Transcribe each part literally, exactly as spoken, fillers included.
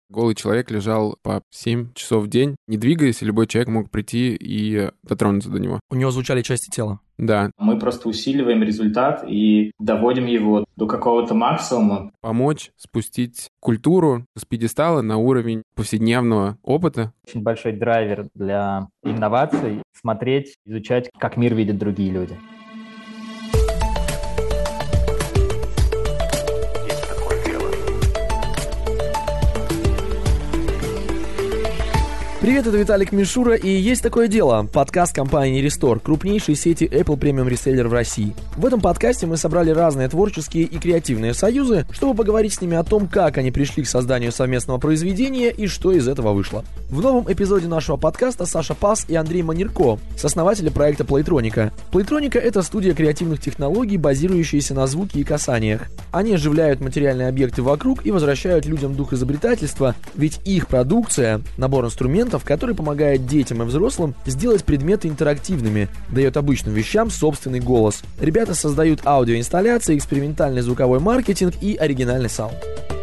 Голый человек лежал по семь часов в день, не двигаясь, и любой человек мог прийти и дотронуться до него. У него звучали части тела. Да. Мы просто усиливаем результат и доводим его до какого-то максимума. Помочь спустить культуру с пьедестала на уровень повседневного опыта. Очень большой драйвер для инноваций — смотреть, изучать, как мир видят другие люди. Привет, это Виталик Мишура, и есть такое дело. Подкаст компании Restore, крупнейшей сети Apple Premium Reseller в России. В этом подкасте мы собрали разные творческие и креативные союзы, чтобы поговорить с ними о том, как они пришли к созданию совместного произведения и что из этого вышло. В новом эпизоде нашего подкаста Саша Пас и Андрей Манерко, сооснователи проекта Playtronica. Playtronica — это студия креативных технологий, базирующаяся на звуке и касаниях. Они оживляют материальные объекты вокруг и возвращают людям дух изобретательства, ведь их продукция — набор инструментов, который помогает детям и взрослым сделать предметы интерактивными, дает обычным вещам собственный голос. Ребята создают аудиоинсталляции, экспериментальный звуковой маркетинг и оригинальный саунд.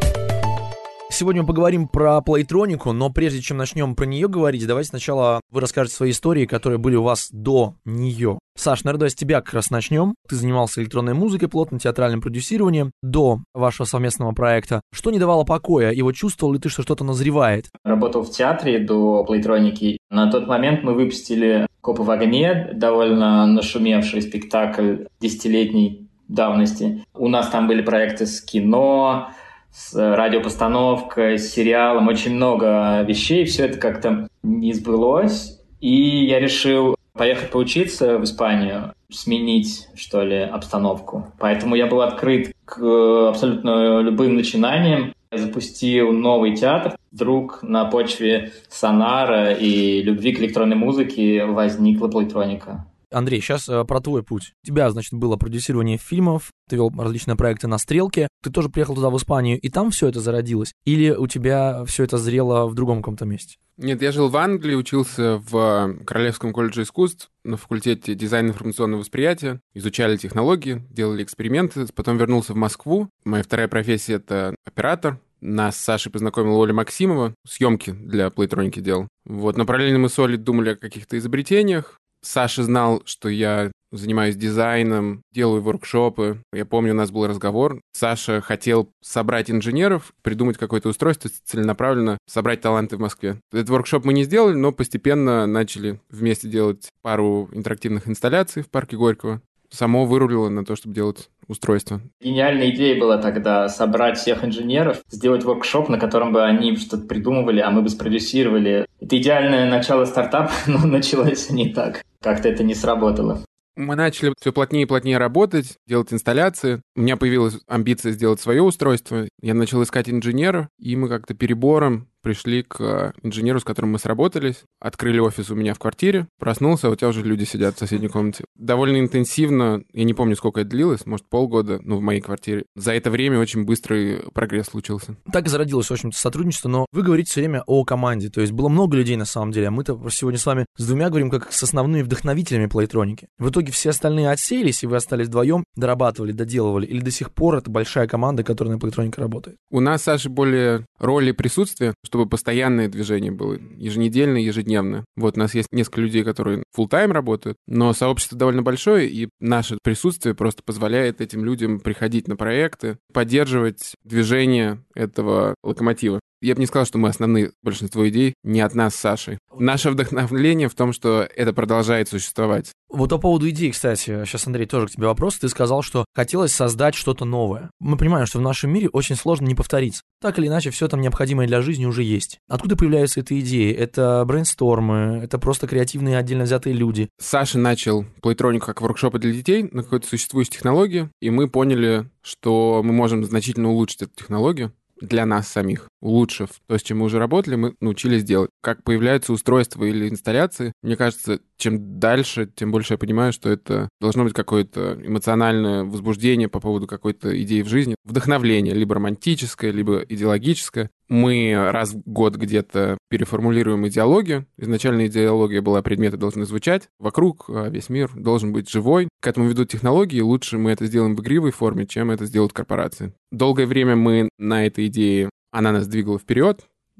Сегодня мы поговорим про Playtronica, но прежде чем начнем про нее говорить, давайте сначала вы расскажете свои истории, которые были у вас до нее. Саш, наверное, с тебя как раз начнем. Ты занимался электронной музыкой, плотно театральным продюсированием до вашего совместного проекта. Что не давало покоя? И вот чувствовал ли ты, что что-то назревает? Работал в театре до Playtronica. На тот момент мы выпустили «Копы в огне», довольно нашумевший спектакль десятилетней давности. У нас там были проекты с кино, с радиопостановкой, с сериалом, очень много вещей, все это как-то не сбылось. И я решил поехать поучиться в Испанию, сменить, что ли, обстановку. Поэтому я был открыт к абсолютно любым начинаниям. Я запустил новый театр. Вдруг на почве сонара и любви к электронной музыке возникла Playtronica. Андрей, сейчас э, про твой путь. У тебя, значит, было продюсирование фильмов, ты вел различные проекты на Стрелке, ты тоже приехал туда, в Испанию, и там все это зародилось? Или у тебя все это зрело в другом каком-то месте? Нет, я жил в Англии, учился в Королевском колледже искусств на факультете дизайна информационного восприятия, изучали технологии, делали эксперименты, потом вернулся в Москву. Моя вторая профессия — это оператор. Нас с Сашей познакомила Оля Максимова, съемки для Playtronica делал. Вот, но параллельно мы с Олей думали о каких-то изобретениях. Саша знал, что я занимаюсь дизайном, делаю воркшопы. Я помню, у нас был разговор. Саша хотел собрать инженеров, придумать какое-то устройство, целенаправленно собрать таланты в Москве. Этот воркшоп мы не сделали, но постепенно начали вместе делать пару интерактивных инсталляций в парке Горького. Само вырулило на то, чтобы делать устройство. Гениальная идея была тогда собрать всех инженеров, сделать воркшоп, на котором бы они что-то придумывали, а мы бы спродюсировали. Это идеальное начало стартапа, но началось не так. Как-то это не сработало. Мы начали все плотнее и плотнее работать, делать инсталляции. У меня появилась амбиция сделать свое устройство. Я начал искать инженера, и мы как-то перебором пришли к инженеру, с которым мы сработались. Открыли офис у меня в квартире. Проснулся, а у тебя уже люди сидят в соседней комнате. Довольно интенсивно, я не помню, сколько это длилось, может, полгода, ну, в моей квартире. За это время очень быстрый прогресс случился. Так и зародилось, в общем-то, сотрудничество, но вы говорите все время о команде, то есть было много людей на самом деле, а мы-то сегодня с вами с двумя говорим как с основными вдохновителями Playtronica. В итоге все остальные отсеялись, и вы остались вдвоем, дорабатывали, доделывали, или до сих пор это большая команда, которая на Playtronica работает? У нас, Саша, более роли присутствия, чтобы постоянное движение было, еженедельное, ежедневное. Вот у нас есть несколько людей, которые full-time работают, но сообщество довольно большое, и наше присутствие просто позволяет этим людям приходить на проекты, поддерживать движение этого локомотива. Я бы не сказал, что мы основные, большинство идей не от нас с Сашей. Наше вдохновление в том, что это продолжает существовать. Вот по поводу идей, кстати, сейчас, Андрей, тоже к тебе вопрос. Ты сказал, что хотелось создать что-то новое. Мы понимаем, что в нашем мире очень сложно не повториться. Так или иначе, все там необходимое для жизни уже есть. Откуда появляются эти идеи? Это брейнстормы, это просто креативные отдельно взятые люди. Саша начал Playtronica как воркшопы для детей на какой-то существующей технологии, и мы поняли, что мы можем значительно улучшить эту технологию для нас самих. Улучшив то, с чем мы уже работали, мы научились делать. Как появляются устройства или инсталляции, мне кажется, чем дальше, тем больше я понимаю, что это должно быть какое-то эмоциональное возбуждение по поводу какой-то идеи в жизни, вдохновление, либо романтическое, либо идеологическое. Мы раз в год где-то переформулируем идеологию. Изначально идеология была: предметы должны звучать вокруг, а весь мир должен быть живой. К этому ведут технологии, лучше мы это сделаем в игривой форме, чем это сделают корпорации. Долгое время мы на этой идее, она нас двигала вперед,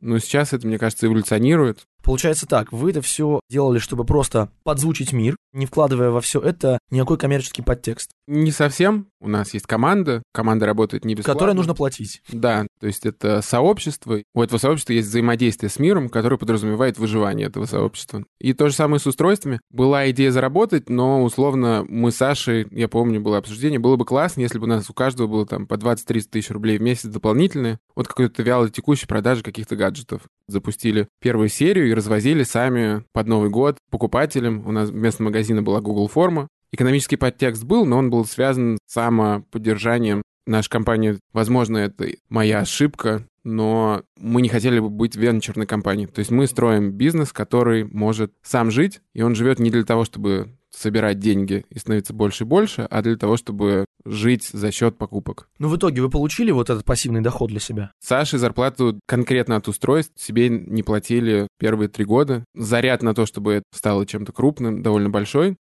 но сейчас это, мне кажется, эволюционирует. Получается так, вы это все делали, чтобы просто подзвучить мир, не вкладывая во все это никакой коммерческий подтекст. Не совсем. У нас есть команда, команда работает не бесплатно. Которой нужно платить. Да, то есть это сообщество. У этого сообщества есть взаимодействие с миром, которое подразумевает выживание этого сообщества. И то же самое с устройствами. Была идея заработать, но условно мы с Сашей, я помню, было обсуждение, было бы классно, если бы у нас у каждого было там по двадцать-тридцать тысяч рублей в месяц дополнительные от какой-то вялой текущей продажи каких-то гаджетов. Запустили первую серию и развозили сами под Новый год покупателям. У нас вместо магазина была Google форма. Экономический подтекст был, но он был связан с самоподдержанием. Наша компания, возможно, это моя ошибка, но мы не хотели бы быть венчурной компанией. То есть мы строим бизнес, который может сам жить, и он живет не для того, чтобы собирать деньги и становиться больше и больше, а для того, чтобы жить за счет покупок. Ну, в итоге вы получили вот этот пассивный доход для себя? Саше зарплату конкретно от устройств себе не платили первые три года. Заряд на то, чтобы это стало чем-то крупным, довольно большой.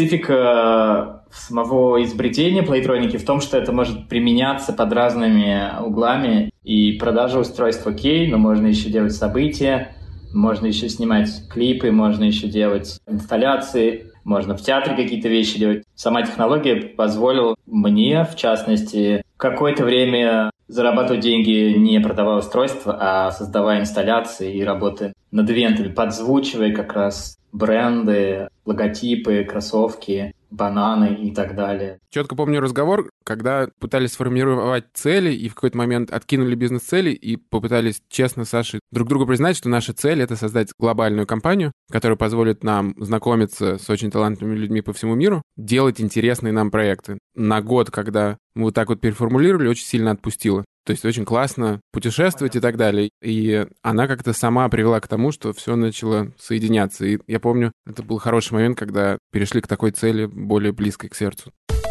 Специфика самого изобретения плейтроники в том, что это может применяться под разными углами. И продажа устройств окей, но можно еще делать события, можно еще снимать клипы, можно еще делать инсталляции. Можно в театре какие-то вещи делать. Сама технология позволила мне, в частности, какое-то время зарабатывать деньги, не продавая устройства, а создавая инсталляции и работы над ивентами, подзвучивая как раз бренды, логотипы, кроссовки, бананы и так далее. Четко помню разговор, когда пытались сформировать цели и в какой-то момент откинули бизнес-цели и попытались честно с Сашей друг другу признать, что наша цель — это создать глобальную компанию, которая позволит нам знакомиться с очень талантливыми людьми по всему миру, делать интересные нам проекты. На год, когда мы вот так вот переформулировали, очень сильно отпустила. То есть очень классно путешествовать и так далее. И она как-то сама привела к тому, что все начало соединяться. И я помню, это был хороший момент, когда перешли к такой цели, более близкой к сердцу.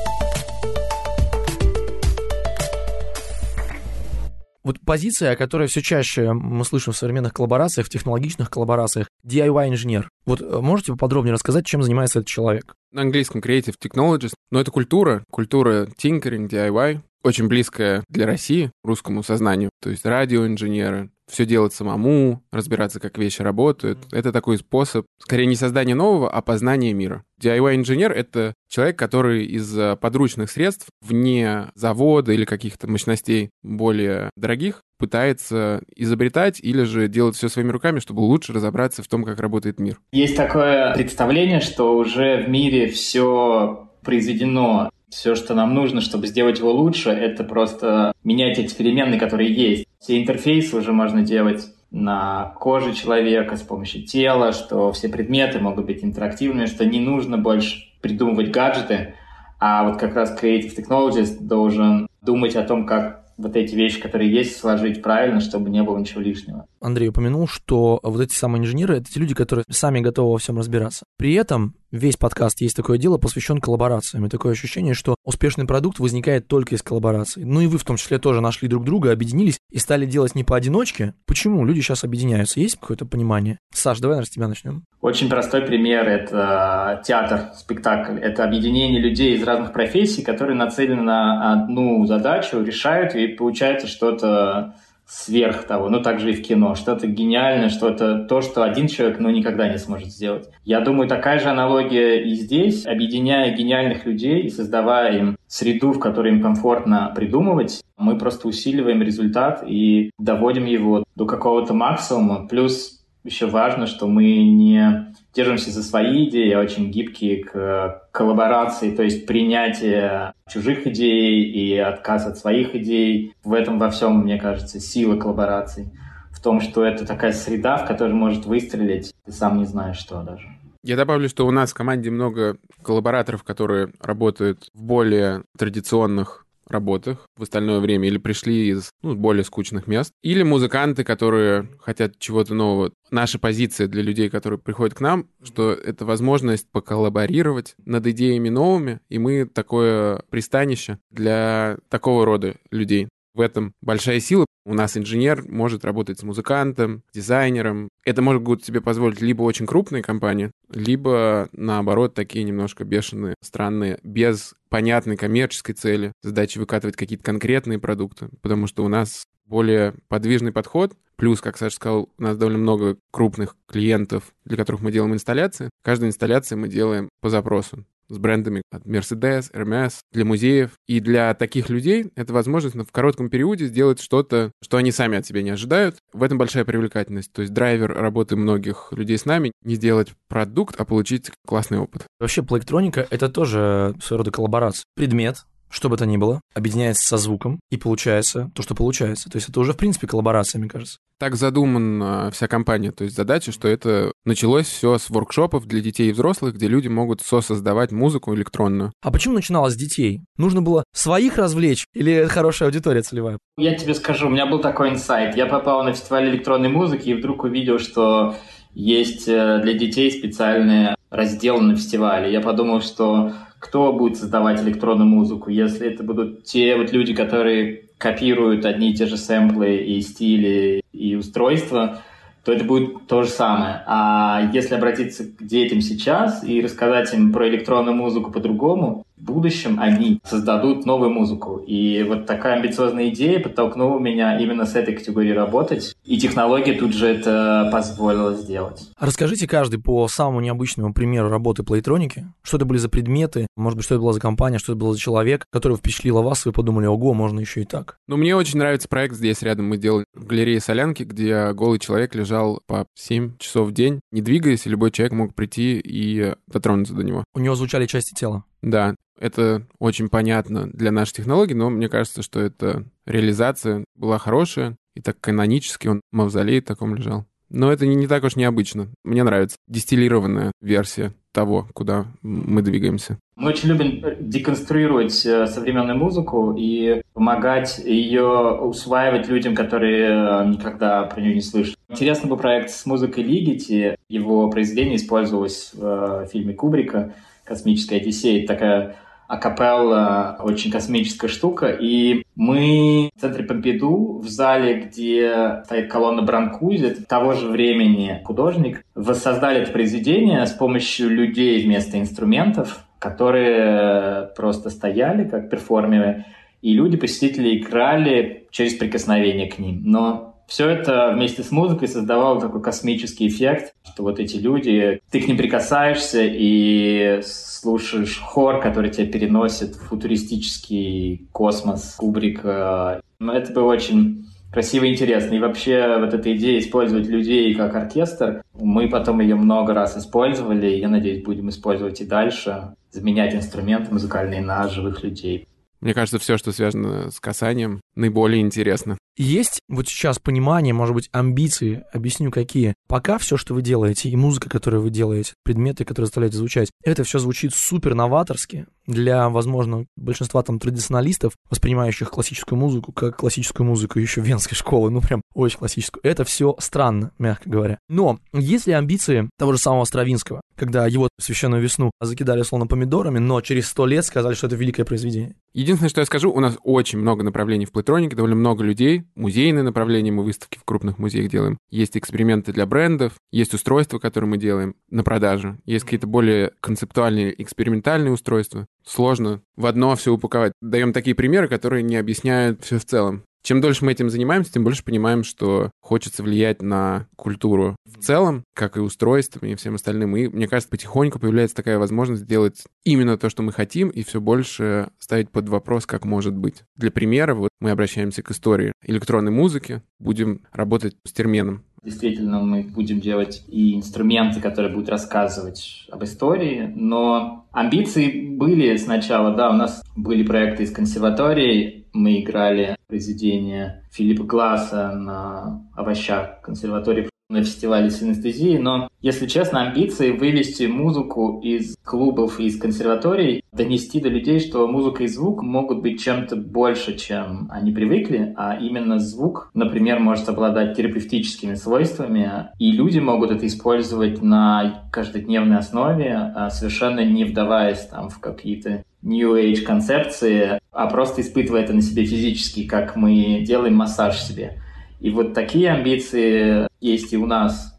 Вот позиция, о которой все чаще мы слышим в современных коллаборациях, в технологичных коллаборациях, ди ай вай-инженер. Вот можете поподробнее рассказать, чем занимается этот человек? На английском Creative Technologist. Но это культура, культура tinkering, ди ай вай, очень близкая для России, русскому сознанию. То есть радиоинженеры, все делать самому, разбираться, как вещи работают. Это такой способ, скорее, не создания нового, а познания мира. ди ай вай-инженер — это человек, который из подручных средств, вне завода или каких-то мощностей более дорогих, пытается изобретать или же делать все своими руками, чтобы лучше разобраться в том, как работает мир. Есть такое представление, что уже в мире все произведено. Все, что нам нужно, чтобы сделать его лучше, это просто менять эти переменные, которые есть. Все интерфейсы уже можно делать на коже человека с помощью тела, что все предметы могут быть интерактивными, что не нужно больше придумывать гаджеты, а вот как раз Creative Technologist должен думать о том, как вот эти вещи, которые есть, сложить правильно, чтобы не было ничего лишнего. Андрей упомянул, что вот эти самые инженеры — это те люди, которые сами готовы во всем разбираться. При этом весь подкаст «Есть такое дело» посвящен коллаборациям. И такое ощущение, что успешный продукт возникает только из коллабораций. Ну и вы в том числе тоже нашли друг друга, объединились и стали делать не поодиночке. Почему люди сейчас объединяются? Есть какое-то понимание? Саш, давай, наверное, с тебя начнем. Очень простой пример — это театр, спектакль. Это объединение людей из разных профессий, которые нацелены на одну задачу, решают, и получается что-то сверх того. Ну, также и в кино. Что-то гениальное, что-то то, что один человек, ну, никогда не сможет сделать. Я думаю, такая же аналогия и здесь. Объединяя гениальных людей и создавая им среду, в которой им комфортно придумывать, мы просто усиливаем результат и доводим его до какого-то максимума. Плюс еще важно, что мы не держимся за свои идеи, а очень гибкие к коллаборации, то есть принятие чужих идей и отказ от своих идей. В этом во всем, мне кажется, сила коллабораций. В том, что это такая среда, в которой может выстрелить, ты сам не знаешь, что даже. Я добавлю, что у нас в команде много коллабораторов, которые работают в более традиционных работах в остальное время или пришли из ну, более скучных мест, или музыканты, которые хотят чего-то нового. Наша позиция для людей, которые приходят к нам, что это возможность поколлаборировать над идеями новыми, и мы такое пристанище для такого рода людей. В этом большая сила. У нас инженер может работать с музыкантом, дизайнером. Это могут себе позволить либо очень крупные компании, либо, наоборот, такие немножко бешеные, странные, без понятной коммерческой цели, задачи выкатывать какие-то конкретные продукты. Потому что у нас более подвижный подход. Плюс, как Саша сказал, у нас довольно много крупных клиентов, для которых мы делаем инсталляции. Каждую инсталляцию мы делаем по запросу с брендами от Mercedes, Hermes, для музеев. И для таких людей это возможность в коротком периоде сделать что-то, что они сами от себя не ожидают. В этом большая привлекательность. То есть драйвер работы многих людей с нами — не сделать продукт, а получить классный опыт. Вообще, плейктроника — это тоже своего рода коллаборация. Предмет, что бы то ни было, объединяется со звуком, и получается то, что получается. То есть это уже, в принципе, коллаборация, мне кажется. Так задумана вся компания. То есть задача, что это началось все с воркшопов для детей и взрослых, где люди могут сосоздавать музыку электронную. А почему начиналось с детей? Нужно было своих развлечь или это хорошая аудитория целевая? Я тебе скажу, у меня был такой инсайт. Я попал на фестиваль электронной музыки и вдруг увидел, что есть для детей специальный раздел на фестивале. Я подумал, что кто будет создавать электронную музыку, если это будут те вот люди, которые копируют одни и те же сэмплы и стили и устройства, то это будет то же самое. А если обратиться к детям сейчас и рассказать им про электронную музыку по-другому, в будущем они создадут новую музыку. И вот такая амбициозная идея подтолкнула меня именно с этой категорией работать. И технология тут же это позволила сделать. Расскажите каждый по самому необычному примеру работы плейтроники. Что это были за предметы? Может быть, что это была за компания, что это был за человек, который впечатлила вас, и вы подумали, ого, можно еще и так. Ну, мне очень нравится проект здесь рядом. Мы делали в галерее Солянки, где голый человек лежал по семь часов в день, не двигаясь, и любой человек мог прийти и дотронуться до него. У него звучали части тела. Да, это очень понятно для нашей технологии, но мне кажется, что эта реализация была хорошая, и так канонически он в мавзолее таком лежал. Но это не, не так уж необычно. Мне нравится дистиллированная версия того, куда мы двигаемся. Мы очень любим деконструировать современную музыку и помогать ее усваивать людям, которые никогда про нее не слышали. Интересный был проект с музыкой Ligeti. Его произведение использовалось в фильме Кубрика «Космическая Одиссея». Это такая акапелла, очень космическая штука. И мы в центре Помпиду, в зале, где стоит колонна Бранкузи, это того же времени художник, воссоздали это произведение с помощью людей вместо инструментов, которые просто стояли как перформеры, и люди, посетители, играли через прикосновение к ним. Но все это вместе с музыкой создавало такой космический эффект, что вот эти люди, ты к ним прикасаешься и слушаешь хор, который тебя переносит в футуристический космос Кубрика. Это было очень красиво и интересно. И вообще вот эта идея использовать людей как оркестр, мы потом ее много раз использовали, и я надеюсь, будем использовать и дальше, заменять инструменты музыкальные на живых людей. Мне кажется, все, что связано с касанием, наиболее интересно. Есть вот сейчас понимание, может быть, амбиции, объясню какие. Пока все, что вы делаете, и музыка, которую вы делаете, предметы, которые заставляете звучать, это все звучит супер новаторски для, возможно, большинства там традиционалистов, воспринимающих классическую музыку как классическую музыку еще венской школы, ну прям очень классическую. Это все странно, мягко говоря. Но есть ли амбиции того же самого Стравинского, когда его «Священную весну» закидали словно помидорами, но через сто лет сказали, что это великое произведение? Единственное, что я скажу, у нас очень много направлений в плейтронике, довольно много людей, музейные направления, мы выставки в крупных музеях делаем, есть эксперименты для брендов, есть устройства, которые мы делаем на продажу, есть какие-то более концептуальные, экспериментальные устройства. Сложно в одно все упаковать. Даем такие примеры, которые не объясняют все в целом. Чем дольше мы этим занимаемся, тем больше понимаем, что хочется влиять на культуру в целом, как и устройствами и всем остальным. И, мне кажется, потихоньку появляется такая возможность сделать именно то, что мы хотим, и все больше ставить под вопрос, как может быть. Для примера, вот мы обращаемся к истории электронной музыки, будем работать с терменом. Действительно, мы будем делать и инструменты, которые будут рассказывать об истории, но амбиции были сначала, да, у нас были проекты из консерватории, мы играли произведения Филиппа Гласса на овощах консерватории на фестивале синестезии, но, если честно, амбиции вывести музыку из клубов и из консерваторий, донести до людей, что музыка и звук могут быть чем-то больше, чем они привыкли, а именно звук, например, может обладать терапевтическими свойствами, и люди могут это использовать на каждодневной основе, совершенно не вдаваясь там в какие-то New Age концепции, а просто испытывая это на себе физически, как мы делаем массаж себе. И вот такие амбиции есть и у нас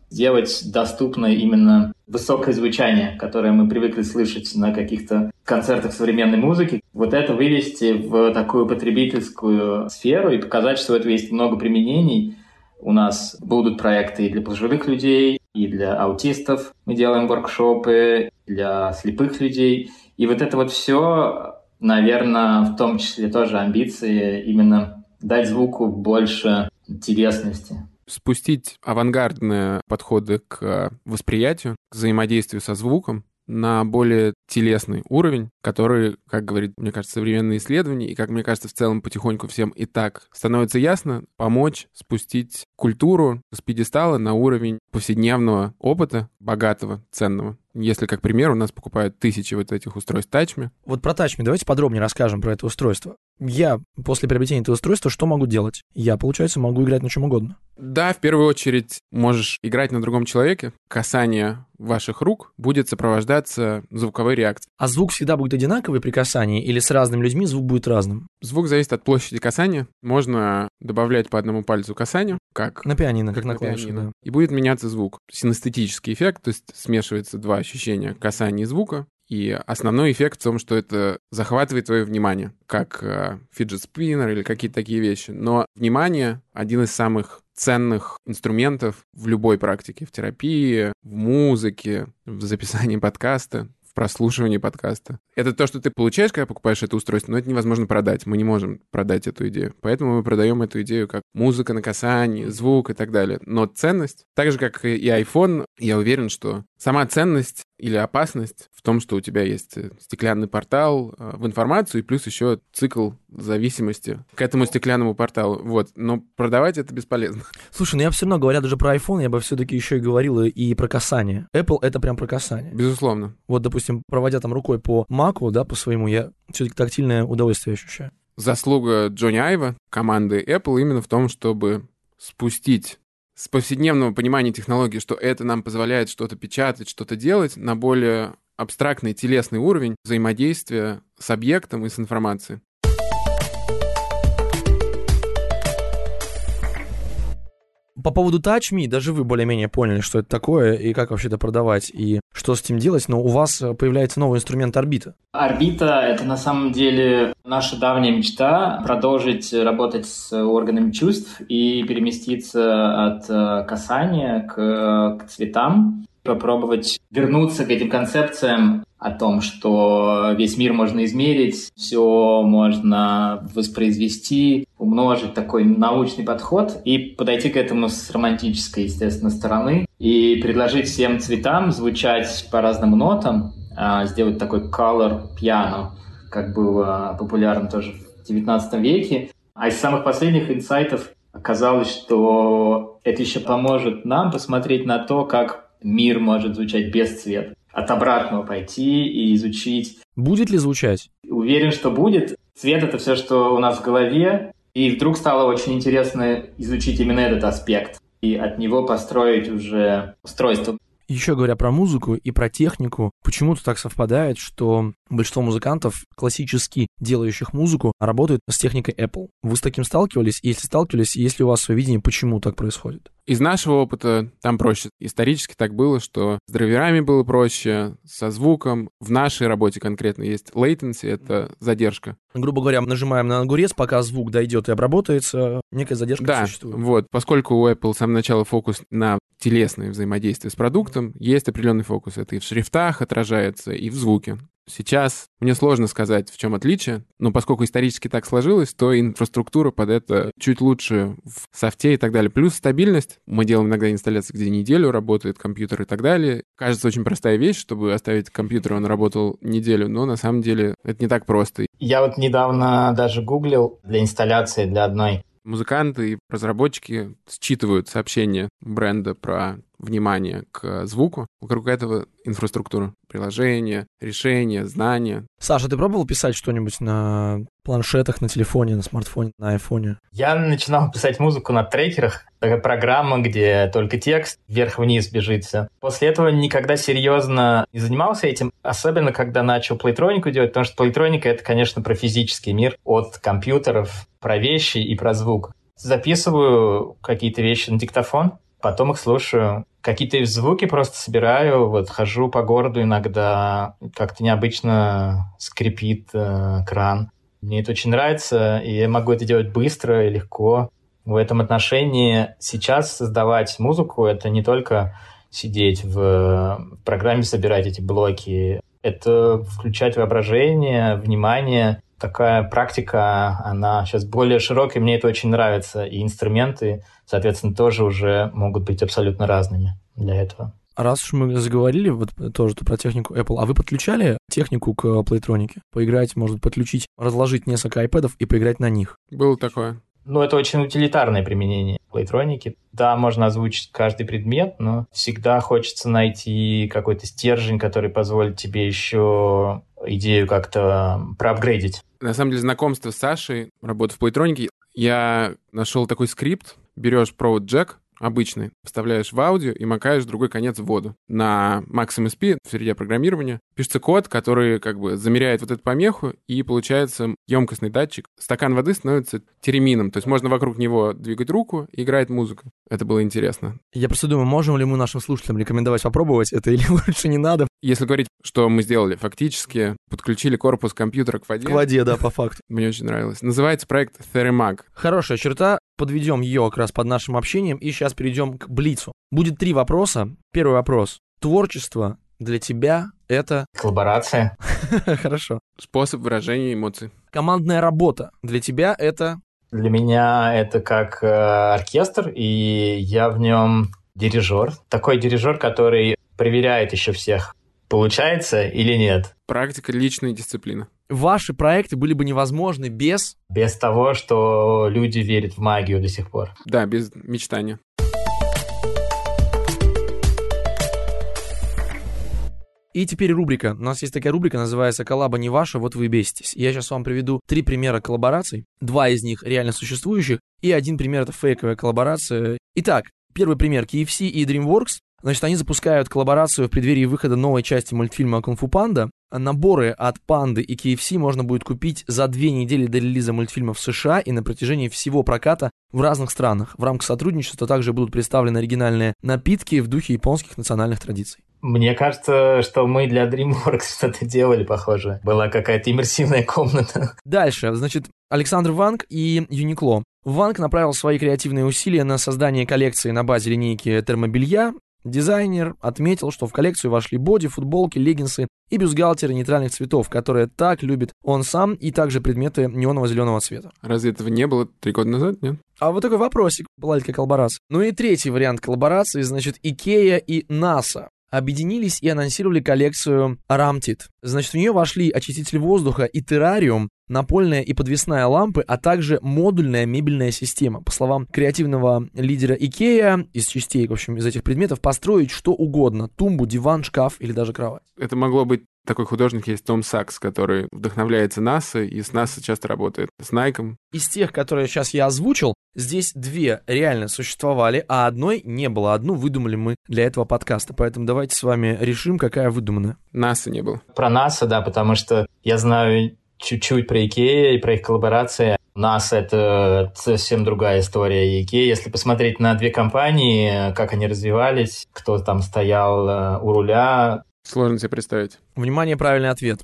сделать доступно именно высокое звучание, которое мы привыкли слышать на каких-то концертах современной музыки. Вот это вывести в такую потребительскую сферу и показать, что у этого есть много применений. У нас будут проекты и для пожилых людей, и для аутистов. Мы делаем воркшопы для слепых людей. И вот это вот все, наверное, в том числе тоже амбиции именно дать звуку больше телесности. Спустить авангардные подходы к восприятию, к взаимодействию со звуком на более телесный уровень, который, как говорит, мне кажется, современные исследования, и, как мне кажется, в целом потихоньку всем и так становится ясно, помочь спустить культуру с пьедестала на уровень повседневного опыта, богатого, ценного. Если, как пример, у нас покупают тысячи вот этих устройств TouchMe. Вот про TouchMe давайте подробнее расскажем про это устройство. Я после приобретения этого устройства что могу делать? Я, получается, могу играть на чем угодно. Да, в первую очередь можешь играть на другом человеке. Касание ваших рук будет сопровождаться звуковой реакцией. А звук всегда будет одинаковый при касании или с разными людьми звук будет разным? Звук зависит от площади касания. Можно добавлять по одному пальцу касанию, как на пианино, как на, на клавише, пианино. Да. И будет меняться звук. Синестетический эффект, то есть смешивается два ощущения касания и звука. И основной эффект в том, что это захватывает твое внимание, как фиджет-спиннер или какие-то такие вещи. Но внимание — один из самых ценных инструментов в любой практике, в терапии, в музыке, в записании подкаста, в прослушивании подкаста. Это то, что ты получаешь, когда покупаешь это устройство, но это невозможно продать. Мы не можем продать эту идею. Поэтому мы продаем эту идею как музыка на касании, звук и так далее. Но ценность, так же, как и iPhone, я уверен, что сама ценность или опасность в том, что у тебя есть стеклянный портал в информацию и плюс еще цикл зависимости к этому стеклянному порталу. Вот. Но продавать это бесполезно. Слушай, ну я все равно, говоря даже про iPhone, я бы все-таки еще и говорил и про касание. Apple — это прям про касание. Безусловно. Вот, допустим, проводя там рукой по Маку, да, по своему, я все-таки тактильное удовольствие ощущаю. Заслуга Джонни Айва, команды Apple, именно в том, чтобы спустить с повседневного понимания технологий, что это нам позволяет что-то печатать, что-то делать, на более абстрактный, телесный уровень взаимодействия с объектом и с информацией. По поводу TouchMe, даже вы более-менее поняли, что это такое и как вообще это продавать, и что с этим делать, но у вас появляется новый инструмент Орбита. Орбита — это на самом деле наша давняя мечта — продолжить работать с органами чувств и переместиться от касания к, к цветам, попробовать вернуться к этим концепциям о том, что весь мир можно измерить, все можно воспроизвести, умножить, такой научный подход и подойти к этому с романтической, естественно, стороны и предложить всем цветам звучать по разным нотам, сделать такой color piano, как было популярно тоже в девятнадцатом веке. А из самых последних инсайтов оказалось, что это еще поможет нам посмотреть на то, как мир может звучать без цвета. От обратного пойти и изучить. Будет ли звучать? Уверен, что будет. Цвет — это все, что у нас в голове. И вдруг стало очень интересно изучить именно этот аспект и от него построить уже устройство. Еще говоря про музыку и про технику, почему-то так совпадает, что большинство музыкантов, классически делающих музыку, работают с техникой Apple. Вы с таким сталкивались? Если сталкивались, есть ли у вас свое видение, почему так происходит? Из нашего опыта там проще. Исторически так было, что с драйверами было проще, со звуком. В нашей работе конкретно есть latency, это задержка. Грубо говоря, мы нажимаем на огурец, пока звук дойдет и обработается, некая задержка да, существует. Вот. Поскольку у Apple с самого начала фокус на телесное взаимодействие с продуктом, есть определенный фокус. Это и в шрифтах отражается, и в звуке. Сейчас мне сложно сказать, в чем отличие, но поскольку исторически так сложилось, то инфраструктура под это чуть лучше в софте и так далее. Плюс стабильность. Мы делаем иногда инсталляции, где неделю работает компьютер и так далее. Кажется, очень простая вещь, чтобы оставить компьютер, он работал неделю, но на самом деле это не так просто. Я вот недавно даже гуглил для инсталляции для одной. Музыканты и разработчики считывают сообщения бренда про внимание к звуку. Вокруг этого инфраструктура. Приложения, решения, знания. Саша, ты пробовал писать что-нибудь на планшетах, на телефоне, на смартфоне, на айфоне? Я начинал писать музыку на трекерах. Такая программа, где только текст вверх-вниз бежит все. После этого никогда серьезно не занимался этим, особенно когда начал плейтронику делать, потому что плейтроника — это, конечно, про физический мир от компьютеров, про вещи и про звук. Записываю какие-то вещи на диктофон, потом их слушаю. Какие-то звуки просто собираю, вот хожу по городу иногда, как-то необычно скрипит э, кран. Мне это очень нравится, и я могу это делать быстро и легко. В этом отношении сейчас создавать музыку — это не только сидеть в, в программе, собирать эти блоки. Это включать воображение, внимание. Такая практика, она сейчас более широкая, мне это очень нравится. И инструменты, соответственно, тоже уже могут быть абсолютно разными для этого. Раз уж мы заговорили вот тоже про технику Apple, а вы подключали технику к плейтронике? Поиграть, может подключить, разложить несколько айпэдов и поиграть на них? Было такое. Ну, это очень утилитарное применение плейтроники. Да, можно озвучить каждый предмет, но всегда хочется найти какой-то стержень, который позволит тебе еще идею как-то проапгрейдить. На самом деле, знакомство с Сашей, работа в плейтронике, я нашел такой скрипт. Берешь провод джек обычный, вставляешь в аудио и макаешь другой конец в воду. На MaxMSP, в среде программирования, пишется код, который как бы замеряет вот эту помеху, и получается емкостный датчик. Стакан воды становится теремином, то есть можно вокруг него двигать руку и играет музыка. Это было интересно. Я просто думаю, можем ли мы нашим слушателям рекомендовать попробовать это или лучше не надо? Если говорить, что мы сделали, фактически подключили корпус компьютера к воде. К воде, да, по факту. Мне очень нравилось. Называется проект Theramag. Хорошая черта. Подведем ее как раз под нашим общением и сейчас перейдем к Блицу. Будет три вопроса. Первый вопрос. Творчество для тебя — это... Коллаборация. Хорошо. Способ выражения эмоций. Командная работа для тебя — это... Для меня это как э, оркестр, и я в нем дирижер. Такой дирижер, который проверяет еще всех, получается или нет. Практика личной дисциплины. Ваши проекты были бы невозможны без... Без того, что люди верят в магию до сих пор. Да, без мечтания. И теперь рубрика. У нас есть такая рубрика, называется «Коллаба не ваша, вот вы беситесь». Я сейчас вам приведу три примера коллабораций. Два из них реально существующих, и один пример — это фейковая коллаборация. Итак, первый пример. кей эф си и DreamWorks. Значит, они запускают коллаборацию в преддверии выхода новой части мультфильма «Кунг-фу Панда». Наборы от Панды и кей эф си можно будет купить за две недели до релиза мультфильма в США и на протяжении всего проката в разных странах. В рамках сотрудничества также будут представлены оригинальные напитки в духе японских национальных традиций. Мне кажется, что мы для DreamWorks что-то делали похожее. Была какая-то иммерсивная комната. Дальше, значит, Александр Ванг и Uniqlo. Ванг направил свои креативные усилия на создание коллекции на базе линейки термобелья. Дизайнер отметил, что в коллекцию вошли боди, футболки, леггинсы и бюстгальтеры нейтральных цветов, которые так любит он сам, и также предметы неоново-зеленого цвета. Разве этого не было три года назад, нет? А вот такой вопросик, была ли такая коллаборация. Ну и третий вариант коллаборации, значит, Икея и НАСА объединились и анонсировали коллекцию Ramtid. Значит, в нее вошли очиститель воздуха и террариум, напольная и подвесная лампы, а также модульная мебельная система. По словам креативного лидера IKEA, из частей, в общем, из этих предметов построить что угодно. Тумбу, диван, шкаф или даже кровать. Это могло быть... Такой художник есть Том Сакс, который вдохновляется НАСА, и с НАСА часто работает с Найком. Из тех, которые сейчас я озвучил, здесь две реально существовали, а одной не было. Одну выдумали мы для этого подкаста. Поэтому давайте с вами решим, какая выдуманная. НАСА не было. Про НАСА, да, потому что я знаю чуть-чуть про IKEA и про их коллаборации. НАСА — это совсем другая история. IKEA, если посмотреть на две компании, как они развивались, кто там стоял у руля... Сложно себе представить. Внимание, правильный ответ.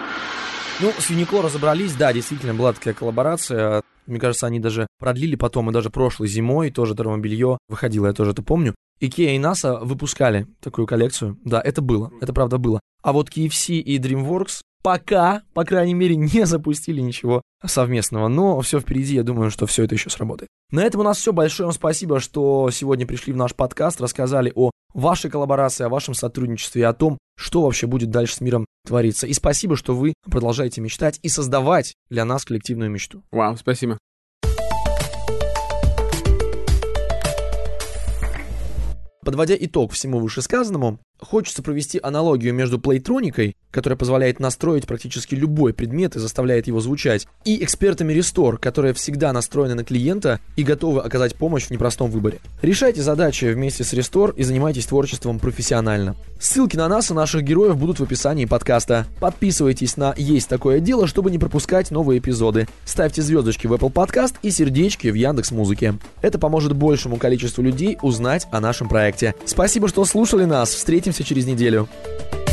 Ну, с Uniqlo разобрались, да, действительно была такая коллаборация. Мне кажется, они даже продлили потом, и даже прошлой зимой тоже термобелье выходило, я тоже это помню. IKEA и НАСА выпускали такую коллекцию. Да, это было, это правда было. А вот кей эф си и DreamWorks пока, по крайней мере, не запустили ничего совместного. Но все впереди, я думаю, что все это еще сработает. На этом у нас все. Большое вам спасибо, что сегодня пришли в наш подкаст, рассказали о вашей коллаборации, о вашем сотрудничестве и о том, что вообще будет дальше с миром твориться. И спасибо, что вы продолжаете мечтать и создавать для нас коллективную мечту. Вау, спасибо. Подводя итог всему вышесказанному, хочется провести аналогию между плейтроникой, которая позволяет настроить практически любой предмет и заставляет его звучать, и экспертами Restore, которые всегда настроены на клиента и готовы оказать помощь в непростом выборе. Решайте задачи вместе с Restore и занимайтесь творчеством профессионально. Ссылки на нас и наших героев будут в описании подкаста. Подписывайтесь на «Есть такое дело», чтобы не пропускать новые эпизоды. Ставьте звездочки в Apple Podcast и сердечки в Яндекс.Музыке. Это поможет большему количеству людей узнать о нашем проекте. Спасибо, что слушали нас. Встретимся через неделю.